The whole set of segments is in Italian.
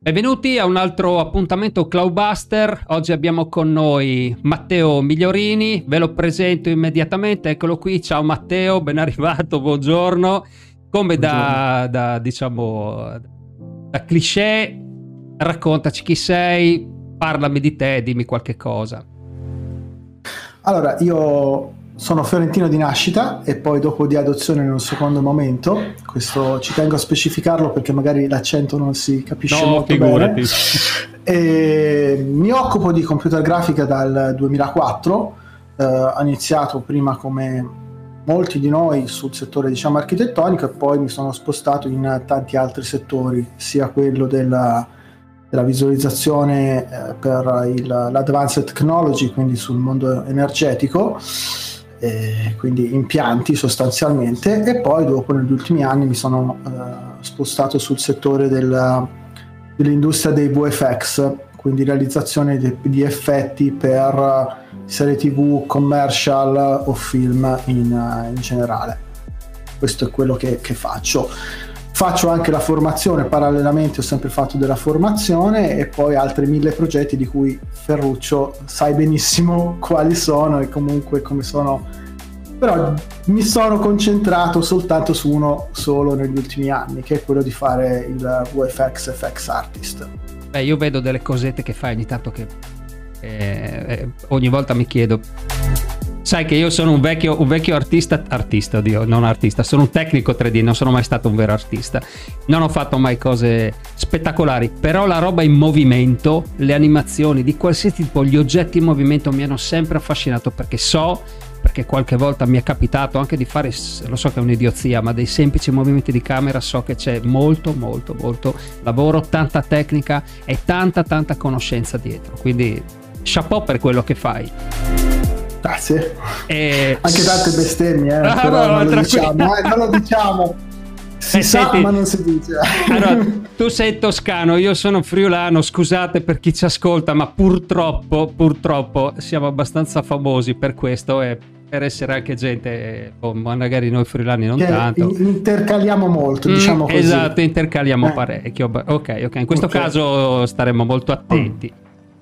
Benvenuti a un altro appuntamento Cloudbuster. Oggi abbiamo con noi Matteo Migliorini, ve lo presento immediatamente, eccolo qui. Ciao Matteo, ben arrivato, buongiorno. Come da cliché, raccontaci chi sei, parlami di te, dimmi qualche cosa. Allora, io sono fiorentino di nascita e poi dopo di adozione in un secondo momento. Questo ci tengo a specificarlo perché magari l'accento non si capisce molto bene. E mi occupo di computer grafica dal 2004. Ho iniziato prima come molti di noi sul settore architettonico e poi mi sono spostato in tanti altri settori, sia quello della visualizzazione per l'advanced technology, quindi sul mondo energetico, quindi impianti sostanzialmente, e poi dopo negli ultimi anni mi sono spostato sul settore dell'industria dei VFX, quindi realizzazione di effetti per serie TV, commercial o film in generale. Questo è quello che faccio. Faccio anche la formazione, parallelamente ho sempre fatto della formazione, e poi altri 1000 progetti di cui Ferruccio sai benissimo quali sono e comunque come sono, però mi sono concentrato soltanto su uno solo negli ultimi anni, che è quello di fare il VFX FX artist. Io vedo delle cosette che fai ogni tanto che ogni volta mi chiedo. Sai che io sono un vecchio artista, oddio, non artista, sono un tecnico 3D, non sono mai stato un vero artista. Non ho fatto mai cose spettacolari, però la roba in movimento, le animazioni di qualsiasi tipo, gli oggetti in movimento mi hanno sempre affascinato, perché qualche volta mi è capitato anche di fare, lo so che è un'idiozia, ma dei semplici movimenti di camera, so che c'è molto lavoro, tanta tecnica e tanta conoscenza dietro, quindi chapeau per quello che fai. Grazie. Anche tante bestemmie, però non lo diciamo. Senti, ma non si dice. Allora, tu sei toscano, io sono friulano, scusate per chi ci ascolta, ma purtroppo siamo abbastanza famosi per questo e per essere anche gente, magari noi friulani non tanto. Intercaliamo molto, diciamo così. Esatto, intercaliamo parecchio. Ok, in questo caso staremo molto attenti.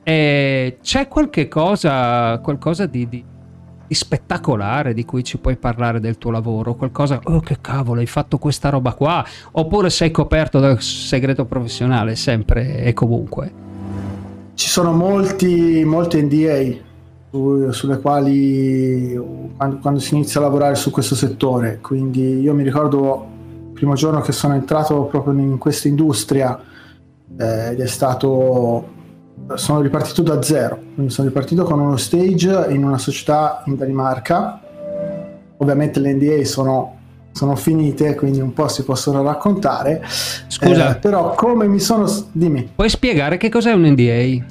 C'è qualcosa di spettacolare di cui ci puoi parlare del tuo lavoro? Qualcosa, che cavolo, hai fatto questa roba qua? Oppure sei coperto dal segreto professionale sempre e comunque? Ci sono molti NDA sulle quali quando si inizia a lavorare su questo settore, quindi io mi ricordo il primo giorno che sono entrato proprio in questa industria, ed è stato... sono ripartito da zero, quindi sono ripartito con uno stage in una società in Danimarca. Ovviamente le NDA sono finite, quindi un po' si possono raccontare. Scusa, però come mi sono... Dimmi. Puoi spiegare che cos'è un NDA?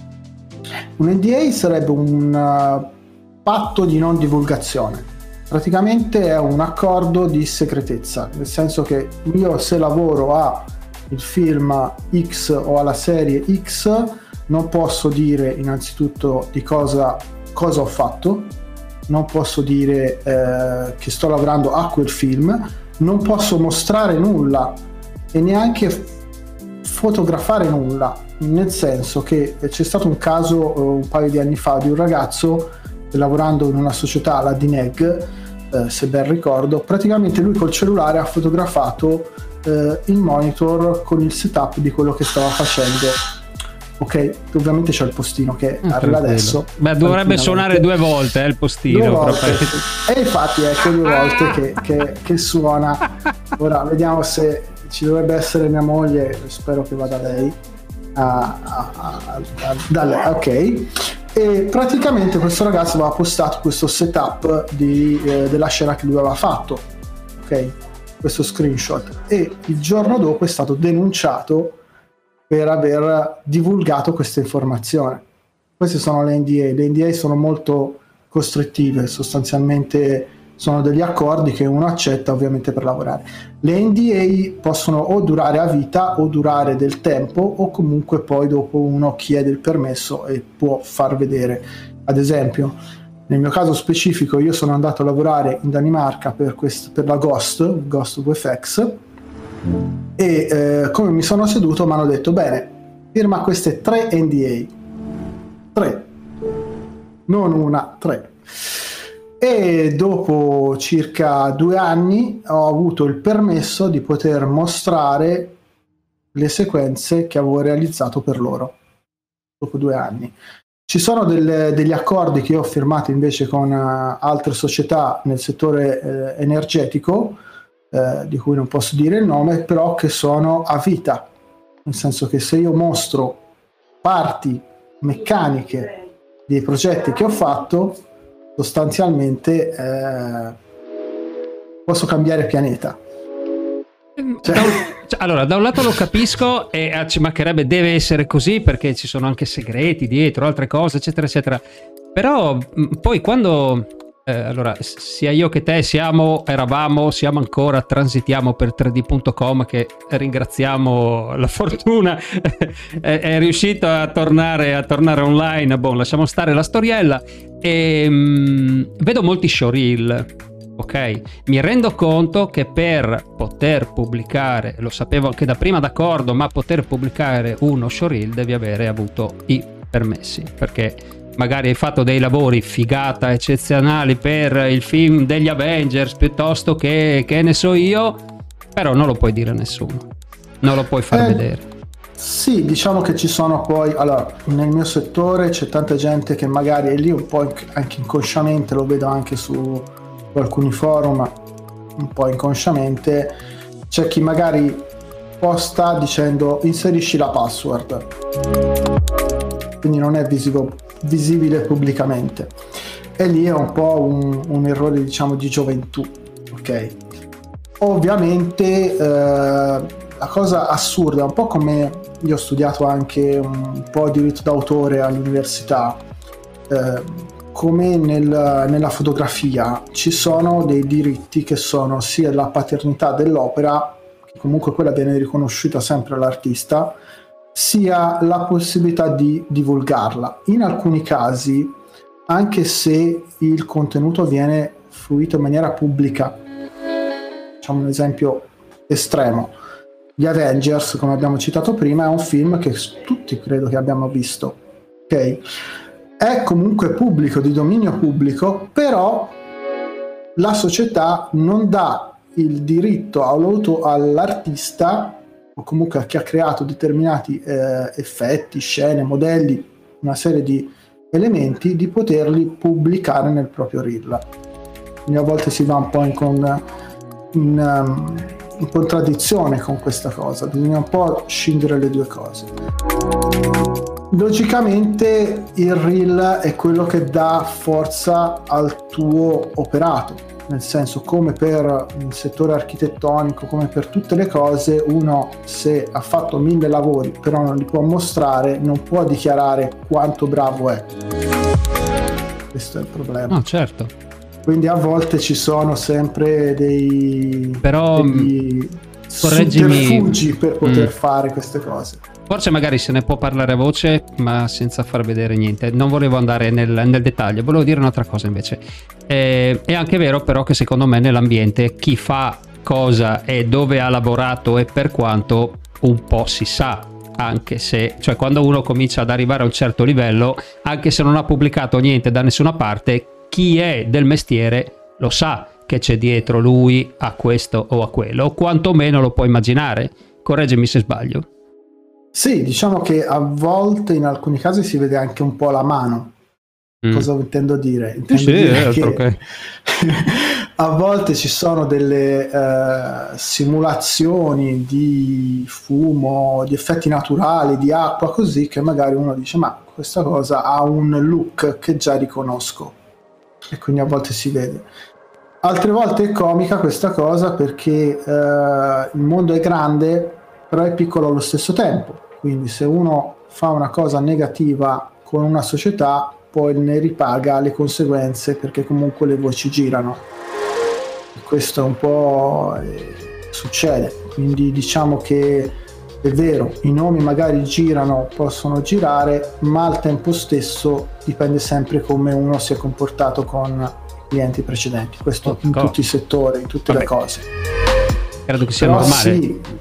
Un NDA sarebbe un patto di non divulgazione. Praticamente è un accordo di segretezza, nel senso che io, se lavoro a il film X o alla serie X, non posso dire innanzitutto di cosa ho fatto, non posso dire che sto lavorando a quel film, non posso mostrare nulla e neanche fotografare nulla, nel senso che c'è stato un caso un paio di anni fa di un ragazzo che, lavorando in una società, la Dineg, se ben ricordo, praticamente lui col cellulare ha fotografato il monitor con il setup di quello che stava facendo. Ok, ovviamente c'è il postino che arriva adesso. Beh, dovrebbe suonare due volte il postino. Due volte. E infatti ecco, 2 volte che suona. Ora vediamo se ci dovrebbe essere mia moglie, spero che vada lei. Da lei, ok. E praticamente questo ragazzo aveva postato questo setup della scena che lui aveva fatto, ok, questo screenshot, e il giorno dopo è stato denunciato per aver divulgato questa informazione. Queste sono le NDA. Le NDA sono molto costrittive, sostanzialmente sono degli accordi che uno accetta ovviamente per lavorare. Le NDA possono o durare a vita o durare del tempo, o comunque poi dopo uno chiede il permesso e può far vedere. Ad esempio, nel mio caso specifico, io sono andato a lavorare in Danimarca per la Ghost VFX, e come mi sono seduto mi hanno detto: bene, firma queste 3 NDA. 3. Non una, 3. E dopo circa 2 anni ho avuto il permesso di poter mostrare le sequenze che avevo realizzato per loro. Dopo 2 anni. Ci sono degli accordi che ho firmato invece con altre società nel settore energetico, di cui non posso dire il nome, però che sono a vita. Nel senso che se io mostro parti meccaniche dei progetti che ho fatto, sostanzialmente posso cambiare pianeta. Allora, da un lato lo capisco e ci mancherebbe, deve essere così perché ci sono anche segreti dietro, altre cose, eccetera, eccetera. Però poi quando allora, sia io che te siamo ancora, transitiamo per 3D.com, che ringraziamo la fortuna è riuscito a tornare online. Boh, lasciamo stare la storiella. E vedo molti showreel, ok? Mi rendo conto che per poter pubblicare, lo sapevo anche da prima, d'accordo, ma poter pubblicare uno showreel devi avere avuto i permessi, perché magari hai fatto dei lavori figata eccezionali per il film degli Avengers piuttosto che ne so io, però non lo puoi dire a nessuno, non lo puoi far vedere. Sì, diciamo che ci sono poi, allora, nel mio settore c'è tanta gente che magari è lì un po' anche inconsciamente, lo vedo anche su alcuni forum, un po' inconsciamente c'è chi magari posta dicendo inserisci la password, quindi non è visibile pubblicamente, e lì è un po' un errore, diciamo, di gioventù, ok? Ovviamente la cosa assurda, un po' come io ho studiato anche un po' diritto d'autore all'università, come nella fotografia ci sono dei diritti che sono sia la paternità dell'opera, che comunque quella viene riconosciuta sempre all'artista, sia la possibilità di divulgarla. In alcuni casi, anche se il contenuto viene fruito in maniera pubblica, facciamo un esempio estremo, gli Avengers, come abbiamo citato prima, è un film che tutti credo che abbiamo visto, ok? È comunque pubblico, di dominio pubblico, però la società non dà il diritto all'artista, o comunque a chi ha creato determinati effetti, scene, modelli, una serie di elementi, di poterli pubblicare nel proprio reel. Quindi a volte si va un po' in contraddizione con questa cosa, bisogna un po' scindere le due cose. Logicamente il reel è quello che dà forza al tuo operato, nel senso, come per il settore architettonico, come per tutte le cose, uno se ha fatto 1000 lavori però non li può mostrare, non può dichiarare quanto bravo è. Questo è il problema. No, certo. Quindi a volte ci sono sempre degli sotterfugi per poter fare queste cose. Forse magari se ne può parlare a voce, ma senza far vedere niente. Non volevo andare nel dettaglio, volevo dire un'altra cosa invece. È anche vero però che secondo me nell'ambiente chi fa cosa e dove ha lavorato e per quanto un po' si sa, anche se, cioè, quando uno comincia ad arrivare a un certo livello, anche se non ha pubblicato niente da nessuna parte, chi è del mestiere lo sa che c'è dietro lui a questo o a quello, o quantomeno lo può immaginare. Correggimi se sbaglio. Sì, diciamo che a volte in alcuni casi si vede anche un po' la mano. Cosa intendo dire? Intendo dire che okay. A volte ci sono delle simulazioni di fumo, di effetti naturali, di acqua, così, che magari uno dice ma questa cosa ha un look che già riconosco, e quindi a volte si vede. Altre volte è comica questa cosa perché il mondo è grande però è piccolo allo stesso tempo, quindi se uno fa una cosa negativa con una società poi ne ripaga le conseguenze, perché comunque le voci girano, e questo un po' succede. Quindi diciamo che è vero, i nomi magari girano, possono girare, ma al tempo stesso dipende sempre come uno si è comportato con clienti precedenti, questo in tutti i settori, in tutte le cose. Credo che sia però normale. sì,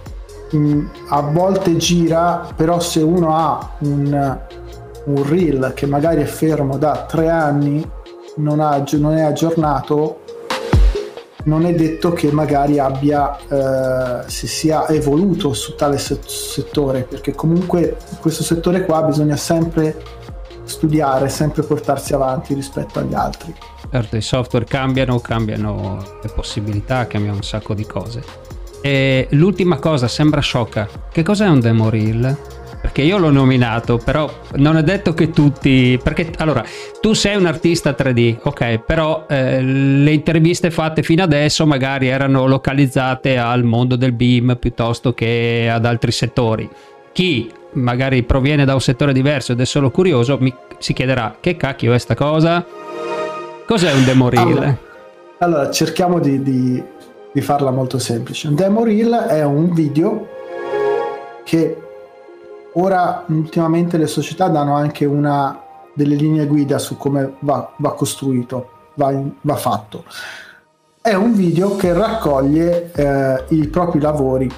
a volte gira, però se uno ha un reel che magari è fermo da 3 anni, non è aggiornato, non è detto che magari si sia evoluto su tale settore, perché comunque questo settore qua bisogna sempre studiare, sempre portarsi avanti rispetto agli altri. Certo, i software cambiano le possibilità, cambiano un sacco di cose. E l'ultima cosa, sembra sciocca, che cos'è un demo reel? Perché io l'ho nominato, però non è detto che tutti, perché allora tu sei un artista 3D, ok, però le interviste fatte fino adesso magari erano localizzate al mondo del BIM piuttosto che ad altri settori. Chi magari proviene da un settore diverso ed è solo curioso si chiederà: che cacchio è sta cosa? Cos'è un demo reel? Allora cerchiamo di farla molto semplice. Un demo reel è un video che ora ultimamente le società danno anche delle linee guida su come va costruito, va fatto. È un video che raccoglie i propri lavori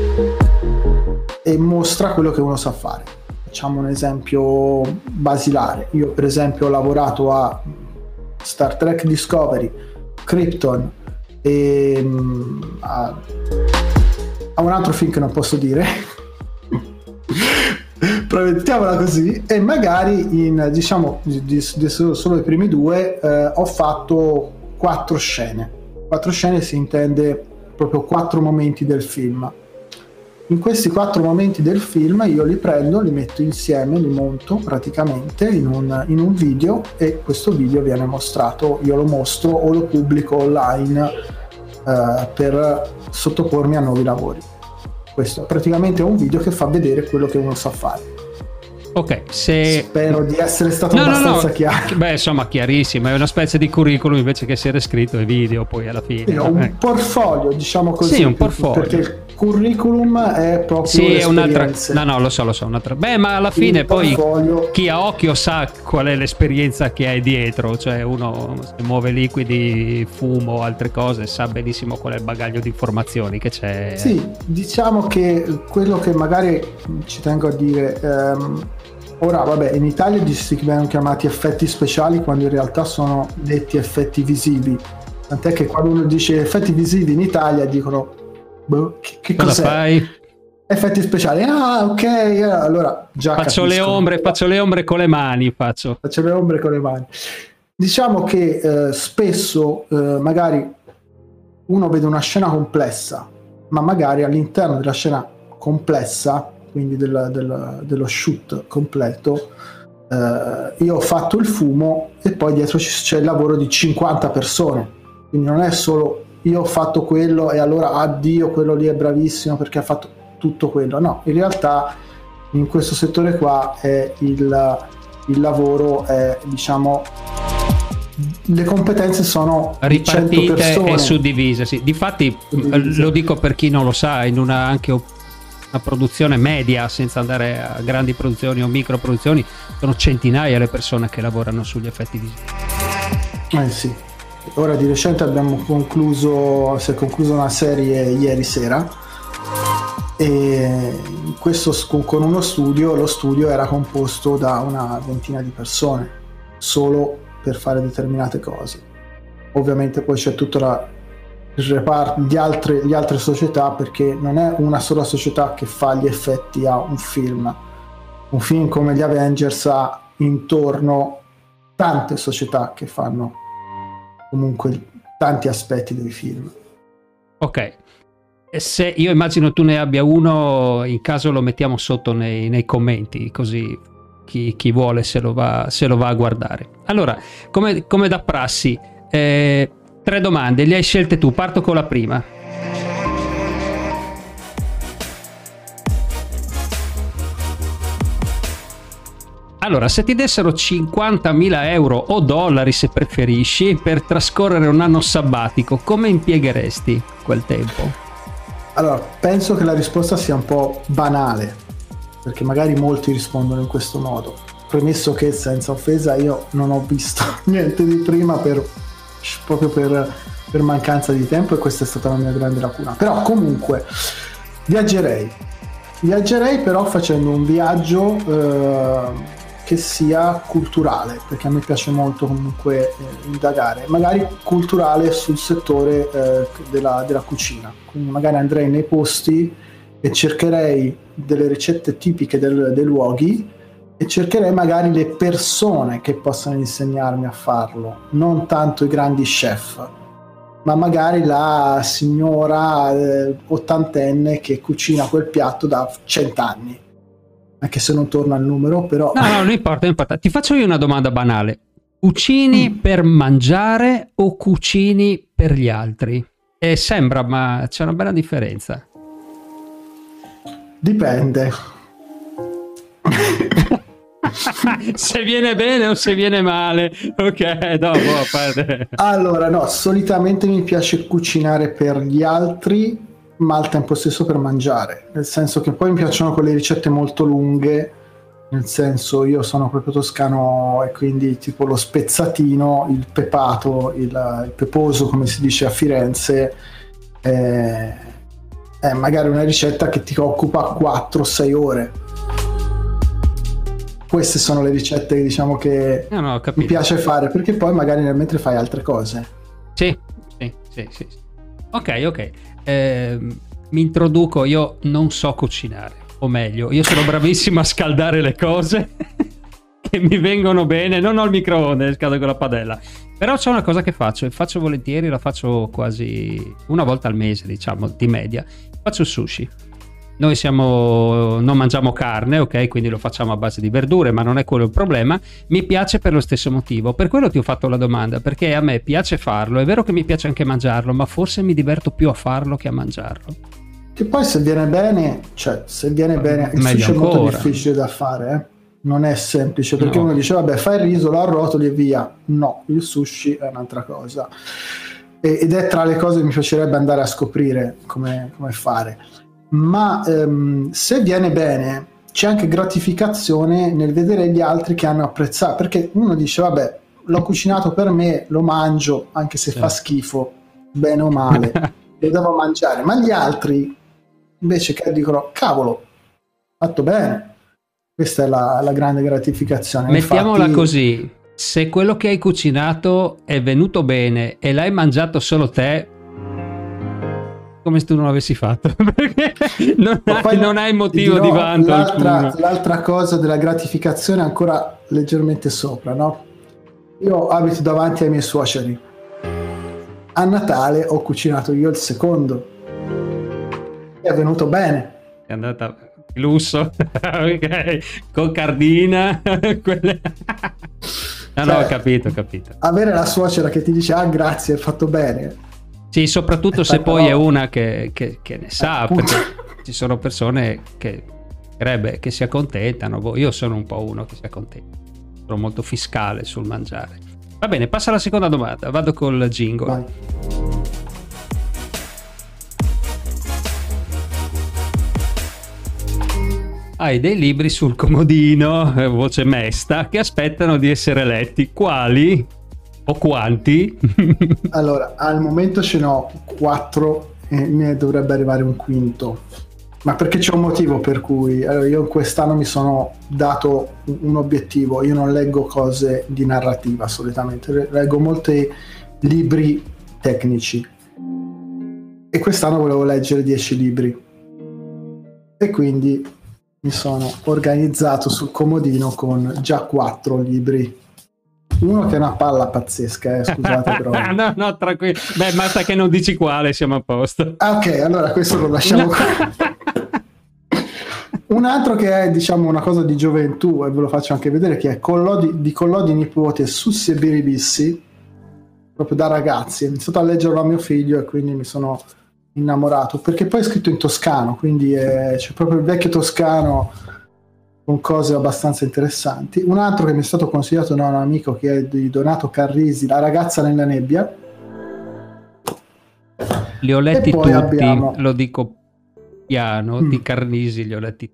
e mostra quello che uno sa fare. Facciamo un esempio basilare. Io per esempio ho lavorato a Star Trek Discovery, Krypton e a un altro film che non posso dire, mettiamola così, e magari solo i primi 2 ho fatto 4 scene. 4 scene si intende proprio 4 momenti del film. In questi 4 momenti del film io li prendo, li metto insieme, li monto praticamente in un video, e questo video viene mostrato, io lo mostro o lo pubblico online per sottopormi a nuovi lavori. Questo praticamente è un video che fa vedere quello che uno sa fare. Ok, spero di essere stato abbastanza chiaro. Beh, insomma, chiarissimo, è una specie di curriculum invece che essere scritto e video poi alla fine. Un portfolio, diciamo così. Sì, un portfolio. Perché il curriculum è proprio è un'altra. No, lo so, un'altra. Beh, ma alla fine poi chi a occhio sa qual è l'esperienza che hai dietro, cioè uno se muove liquidi, fumo, altre cose, sa benissimo qual è il bagaglio di informazioni che c'è. Sì, diciamo che quello che magari ci tengo a dire, ora vabbè, in Italia si vengono chiamati effetti speciali quando in realtà sono detti effetti visivi, tant'è che quando uno dice effetti visivi in Italia dicono che cosa cos'è? Fai? Effetti speciali, ok, allora già faccio le ombre con le mani, faccio le ombre con le mani. Diciamo che spesso magari uno vede una scena complessa, ma magari all'interno della scena complessa, quindi dello shoot completo, io ho fatto il fumo e poi dietro c'è il lavoro di 50 persone, quindi non è solo io ho fatto quello e allora addio, quello lì è bravissimo perché ha fatto tutto quello. No, in realtà in questo settore qua è il lavoro è, diciamo, le competenze sono ripartite e suddivise, sì. Difatti lo dico per chi non lo sa, in anche una produzione media, senza andare a grandi produzioni o micro produzioni, sono centinaia le persone che lavorano sugli effetti visivi. Sì. Ora di recente si è conclusa una serie ieri sera, e questo con uno studio, lo studio era composto da una ventina di persone solo per fare determinate cose. Ovviamente poi c'è tutto il reparto di altre società, perché non è una sola società che fa gli effetti a un film come gli Avengers ha intorno tante società che fanno comunque tanti aspetti dei film. Ok, se io immagino tu ne abbia uno, in caso lo mettiamo sotto nei commenti, così chi vuole se lo va a guardare. Allora, come da prassi, 3 domande, le hai scelte tu, parto con la prima. Allora, se ti dessero 50.000 euro o dollari, se preferisci, per trascorrere un anno sabbatico, come impiegheresti quel tempo? Allora, penso che la risposta sia un po' banale, perché magari molti rispondono in questo modo, premesso che, senza offesa, io non ho visto niente di prima proprio per mancanza di tempo, e questa è stata la mia grande lacuna. Però comunque Viaggerei però facendo un viaggio che sia culturale, perché a me piace molto comunque indagare, magari culturale sul settore della cucina, quindi magari andrei nei posti e cercherei delle ricette tipiche dei luoghi e cercherei magari le persone che possano insegnarmi a farlo, non tanto i grandi chef, ma magari la signora ottantenne che cucina quel piatto da 100 anni, anche se non torna al numero, però... No, non importa, non importa. Ti faccio io una domanda banale. Cucini per mangiare o cucini per gli altri? E sembra, ma c'è una bella differenza. Dipende. Se viene bene o se viene male. Ok, dopo. Allora, no, solitamente mi piace cucinare per gli altri, ma al tempo stesso per mangiare, nel senso che poi mi piacciono quelle ricette molto lunghe, nel senso io sono proprio toscano e quindi tipo lo spezzatino, il pepato, il peposo come si dice a Firenze, è magari una ricetta che ti occupa 4-6 ore. Queste sono le ricette, diciamo, che mi piace fare, perché poi magari nel mentre fai altre cose. Sì. Ok. Mi introduco, io non so cucinare, o meglio, io sono bravissimo a scaldare le cose che mi vengono bene, non ho il microonde, scaldo con la padella, però c'è una cosa che faccio e faccio volentieri, la faccio quasi una volta al mese, diciamo, di media, faccio sushi. Noi non mangiamo carne, ok? Quindi lo facciamo a base di verdure, ma non è quello il problema. Mi piace per lo stesso motivo. Per quello ti ho fatto la domanda, perché a me piace farlo. È vero che mi piace anche mangiarlo, ma forse mi diverto più a farlo che a mangiarlo. Che poi se viene bene, il sushi è molto difficile da fare, non è semplice, perché uno dice vabbè, fai il riso, lo arrotoli e via. No, il sushi è un'altra cosa. Ed è tra le cose che mi piacerebbe andare a scoprire come fare. Ma se viene bene c'è anche gratificazione nel vedere gli altri che hanno apprezzato, perché uno dice vabbè, l'ho cucinato per me, lo mangio anche se fa schifo, bene o male, lo devo mangiare, ma gli altri invece che dicono cavolo, fatto bene, questa è la grande gratificazione. Mettiamola così, se quello che hai cucinato è venuto bene e l'hai mangiato solo te, come se tu non l'avessi fatto, perché non hai motivo di vanto. L'altra cosa della gratificazione ancora leggermente sopra, no? Io abito davanti ai miei suoceri, a Natale ho cucinato io il secondo e è venuto bene, è andata lusso. Ok, cocardina quelle... no, ho capito. Avere la suocera che ti dice grazie, è fatto bene. Sì, soprattutto se poi è una che ne sa, perché ci sono persone che si accontentano. Io sono un po' uno che si accontenta, sono molto fiscale sul mangiare. Va bene, passa alla seconda domanda, vado col jingle. Vai. Hai dei libri sul comodino, voce mesta, che aspettano di essere letti. Quali? O quanti? Allora, al momento ce n'ho 4 e ne dovrebbe arrivare un quinto, ma perché c'è un motivo per cui io quest'anno mi sono dato un obiettivo. Io non leggo cose di narrativa solitamente, leggo molti libri tecnici e quest'anno volevo leggere 10 libri e quindi mi sono organizzato sul comodino con già 4 libri. Uno che è una palla pazzesca, scusate però. No, tranquillo. Beh, basta che non dici quale, siamo a posto. Ok, allora questo lo lasciamo qua. Un altro che è, diciamo, una cosa di gioventù, e ve lo faccio anche vedere, che è di Collodi nipote Sussi e Biribissi, proprio da ragazzi. Ho iniziato a leggerlo a mio figlio e quindi mi sono innamorato, perché poi è scritto in toscano, quindi c'è proprio il vecchio toscano con cose abbastanza interessanti. Un altro che mi è stato consigliato da un amico, che è di Donato Carrisi, La ragazza nella nebbia. Li ho letti tutti, lo dico piano, di Carrisi li ho letti.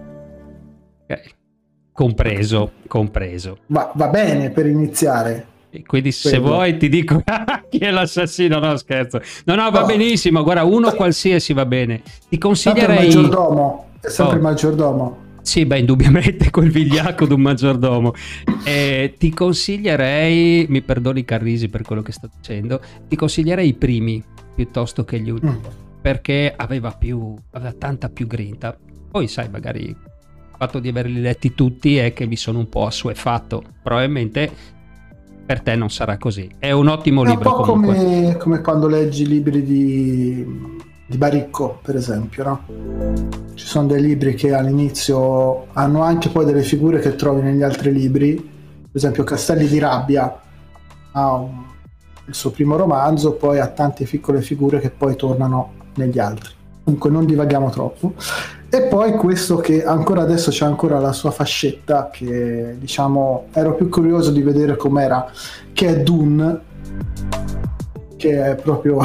Okay. Compreso. Va bene per iniziare. E quindi se vuoi ti dico chi è l'assassino, no scherzo. No, va benissimo, guarda, uno qualsiasi va bene. Ti consiglierei... Il maggiordomo, è sempre il maggiordomo. Sì, beh, indubbiamente quel vigliacco di un maggiordomo. Ti consiglierei, mi perdoni Carrisi per quello che sto dicendo, ti consiglierei i primi piuttosto che gli ultimi, perché aveva tanta più grinta. Poi sai, magari il fatto di averli letti tutti è che mi sono un po' assuefatto. Probabilmente per te non sarà così. È un ottimo libro comunque. Un po' come quando leggi libri di Baricco, per esempio, no? Ci sono dei libri che all'inizio hanno anche poi delle figure che trovi negli altri libri. Per esempio Castelli di Rabbia ha il suo primo romanzo, poi ha tante piccole figure che poi tornano negli altri. Comunque non divaghiamo troppo. E poi questo che ancora adesso c'è ancora la sua fascetta, che diciamo ero più curioso di vedere com'era, che è Dune, che è proprio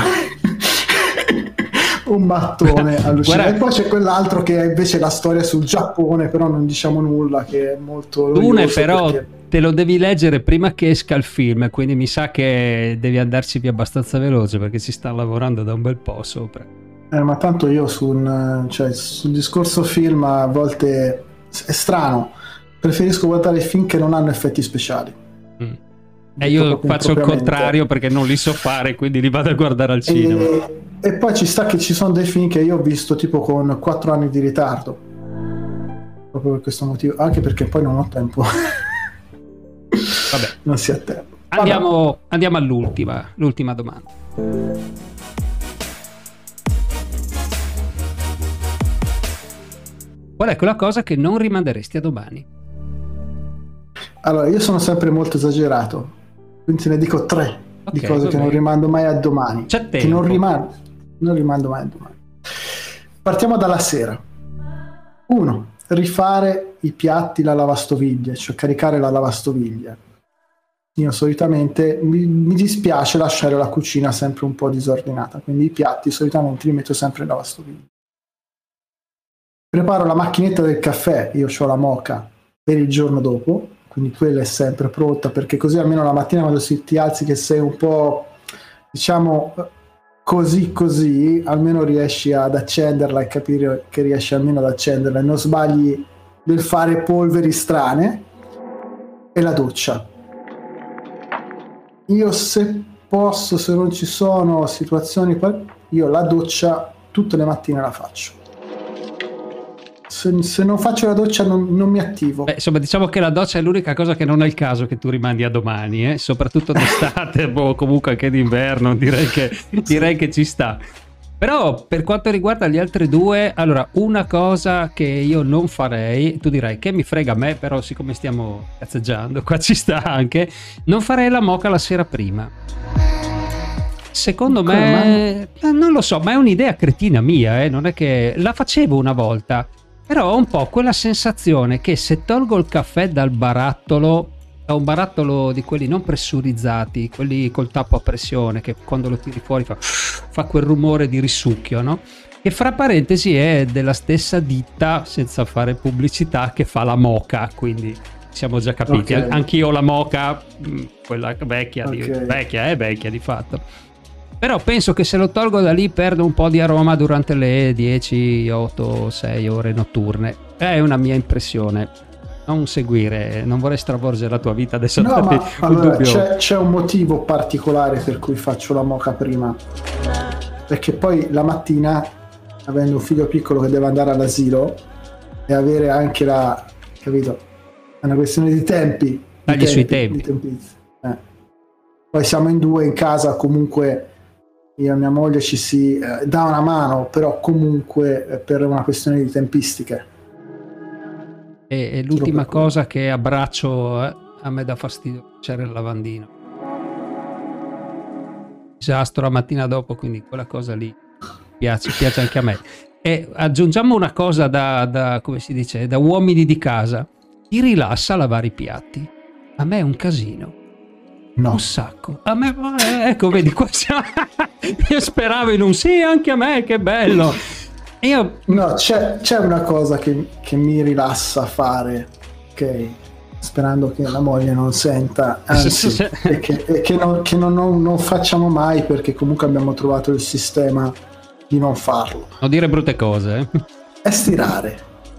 un mattone allucinante. E poi c'è quell'altro che è invece la storia sul Giappone, però non diciamo nulla, che è molto Dune però perché... te lo devi leggere prima che esca il film, quindi mi sa che devi andarci via abbastanza veloce perché si sta lavorando da un bel po' sopra. Ma tanto io sul discorso film a volte è strano, preferisco guardare i film che non hanno effetti speciali. E io faccio il contrario perché non li so fare, quindi li vado a guardare al cinema. E poi ci sta che ci sono dei film che io ho visto tipo con 4 anni di ritardo, proprio per questo motivo, anche perché poi non ho tempo. Vabbè, non si ha tempo. Andiamo all'ultima domanda. Qual è quella cosa che non rimanderesti a domani? Allora, io sono sempre molto esagerato, quindi te ne dico 3 di cose che non rimando mai a domani. C'è tempo. Che non rimando mai a domani. Partiamo dalla sera. 1. Rifare i piatti, la lavastoviglie, cioè caricare la lavastoviglie. Io solitamente mi dispiace lasciare la cucina sempre un po' disordinata, quindi i piatti solitamente li metto sempre in lavastoviglie. Preparo la macchinetta del caffè, io ho la moka per il giorno dopo, quindi quella è sempre pronta, perché così almeno la mattina quando ti alzi che sei un po', diciamo, così, almeno riesci ad accenderla e capire che riesci almeno ad accenderla e non sbagli nel fare polveri strane. E la doccia. Io se posso, se non ci sono situazioni, io la doccia tutte le mattine la faccio. Se non faccio la doccia non mi attivo. Beh, insomma, diciamo che la doccia è l'unica cosa che non è il caso che tu rimandi a domani, soprattutto d'estate o comunque anche d'inverno, direi che ci sta. Però per quanto riguarda gli altri due, allora una cosa che io non farei, tu dirai che mi frega a me, però siccome stiamo cazzeggiando, qua ci sta anche, non farei la moka la sera prima. Secondo me, non lo so, ma è un'idea cretina mia, non è che la facevo una volta. Però ho un po' quella sensazione che se tolgo il caffè dal barattolo, da un barattolo di quelli non pressurizzati, quelli col tappo a pressione, che quando lo tiri fuori fa quel rumore di risucchio, no? Che fra parentesi è della stessa ditta, senza fare pubblicità, che fa la moka, quindi siamo già capiti. Okay. Anch'io la moka, quella vecchia, vecchia di fatto. Però penso che se lo tolgo da lì perdo un po' di aroma durante le 10, 8, 6 ore notturne. È una mia impressione. Non seguire, non vorrei stravolgere la tua vita adesso. No, ma allora, c'è un motivo particolare per cui faccio la moka prima. Perché poi la mattina, avendo un figlio piccolo che deve andare all'asilo e avere anche capito? È una questione di tempi. Tagli sui tempi. Poi siamo in 2 in casa, comunque io e mia moglie ci si dà una mano, però comunque per una questione di tempistiche. E l'ultima cosa che abbraccio, a me dà fastidio, c'era il lavandino. Disastro la mattina dopo, quindi quella cosa lì piace anche a me. E aggiungiamo una cosa da come si dice, da uomini di casa. Ti rilassa lavare i piatti? A me è un casino. No. Un sacco. A me, ecco, vedi qua. Io speravo in un sì, anche a me, che bello. No, c'è una cosa che mi rilassa fare, ok? sperando che la moglie non senta, anzi, e che non facciamo mai, perché comunque abbiamo trovato il sistema di non farlo. Non dire brutte cose. È stirare.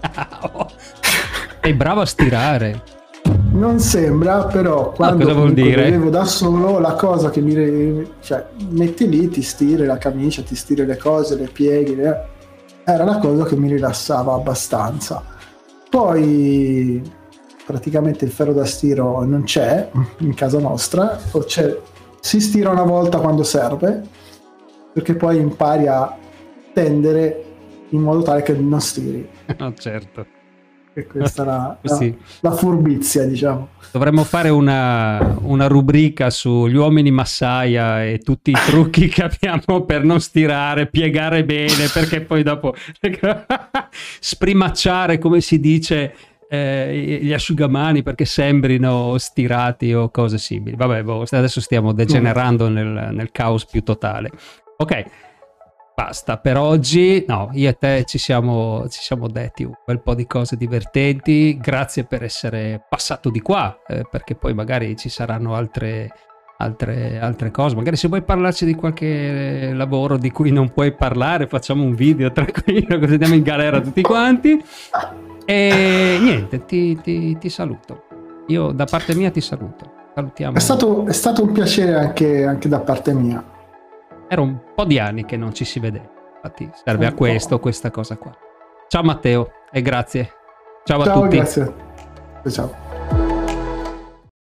Sei bravo a stirare. Non sembra, però quando cosa vuol dire? Vivevo da solo, la cosa che cioè, metti lì, ti stiri la camicia, ti stiri le cose, le pieghi, era la cosa che mi rilassava abbastanza. Poi praticamente il ferro da stiro non c'è in casa nostra, o si stira una volta quando serve, perché poi impari a tendere in modo tale che non stiri. No, certo. E questa è sì. la furbizia, diciamo. Dovremmo fare una rubrica sugli uomini massaia e tutti i trucchi che abbiamo per non stirare, piegare bene, perché poi dopo sprimacciare, come si dice, gli asciugamani perché sembrino stirati o cose simili. Vabbè, adesso stiamo degenerando nel caos più totale. Ok. Basta per oggi. No, io e te ci siamo detti un bel po' di cose divertenti. Grazie per essere passato di qua, perché poi magari ci saranno altre cose. Magari se vuoi parlarci di qualche lavoro di cui non puoi parlare, facciamo un video tranquillo, così andiamo in galera tutti quanti. E niente, ti saluto. Io da parte mia ti saluto. Salutiamo. È stato un piacere anche da parte mia. Era un po' di anni che non ci si vedeva, infatti serve a questa cosa qua. Ciao Matteo e grazie. Ciao a tutti. Grazie. Ciao.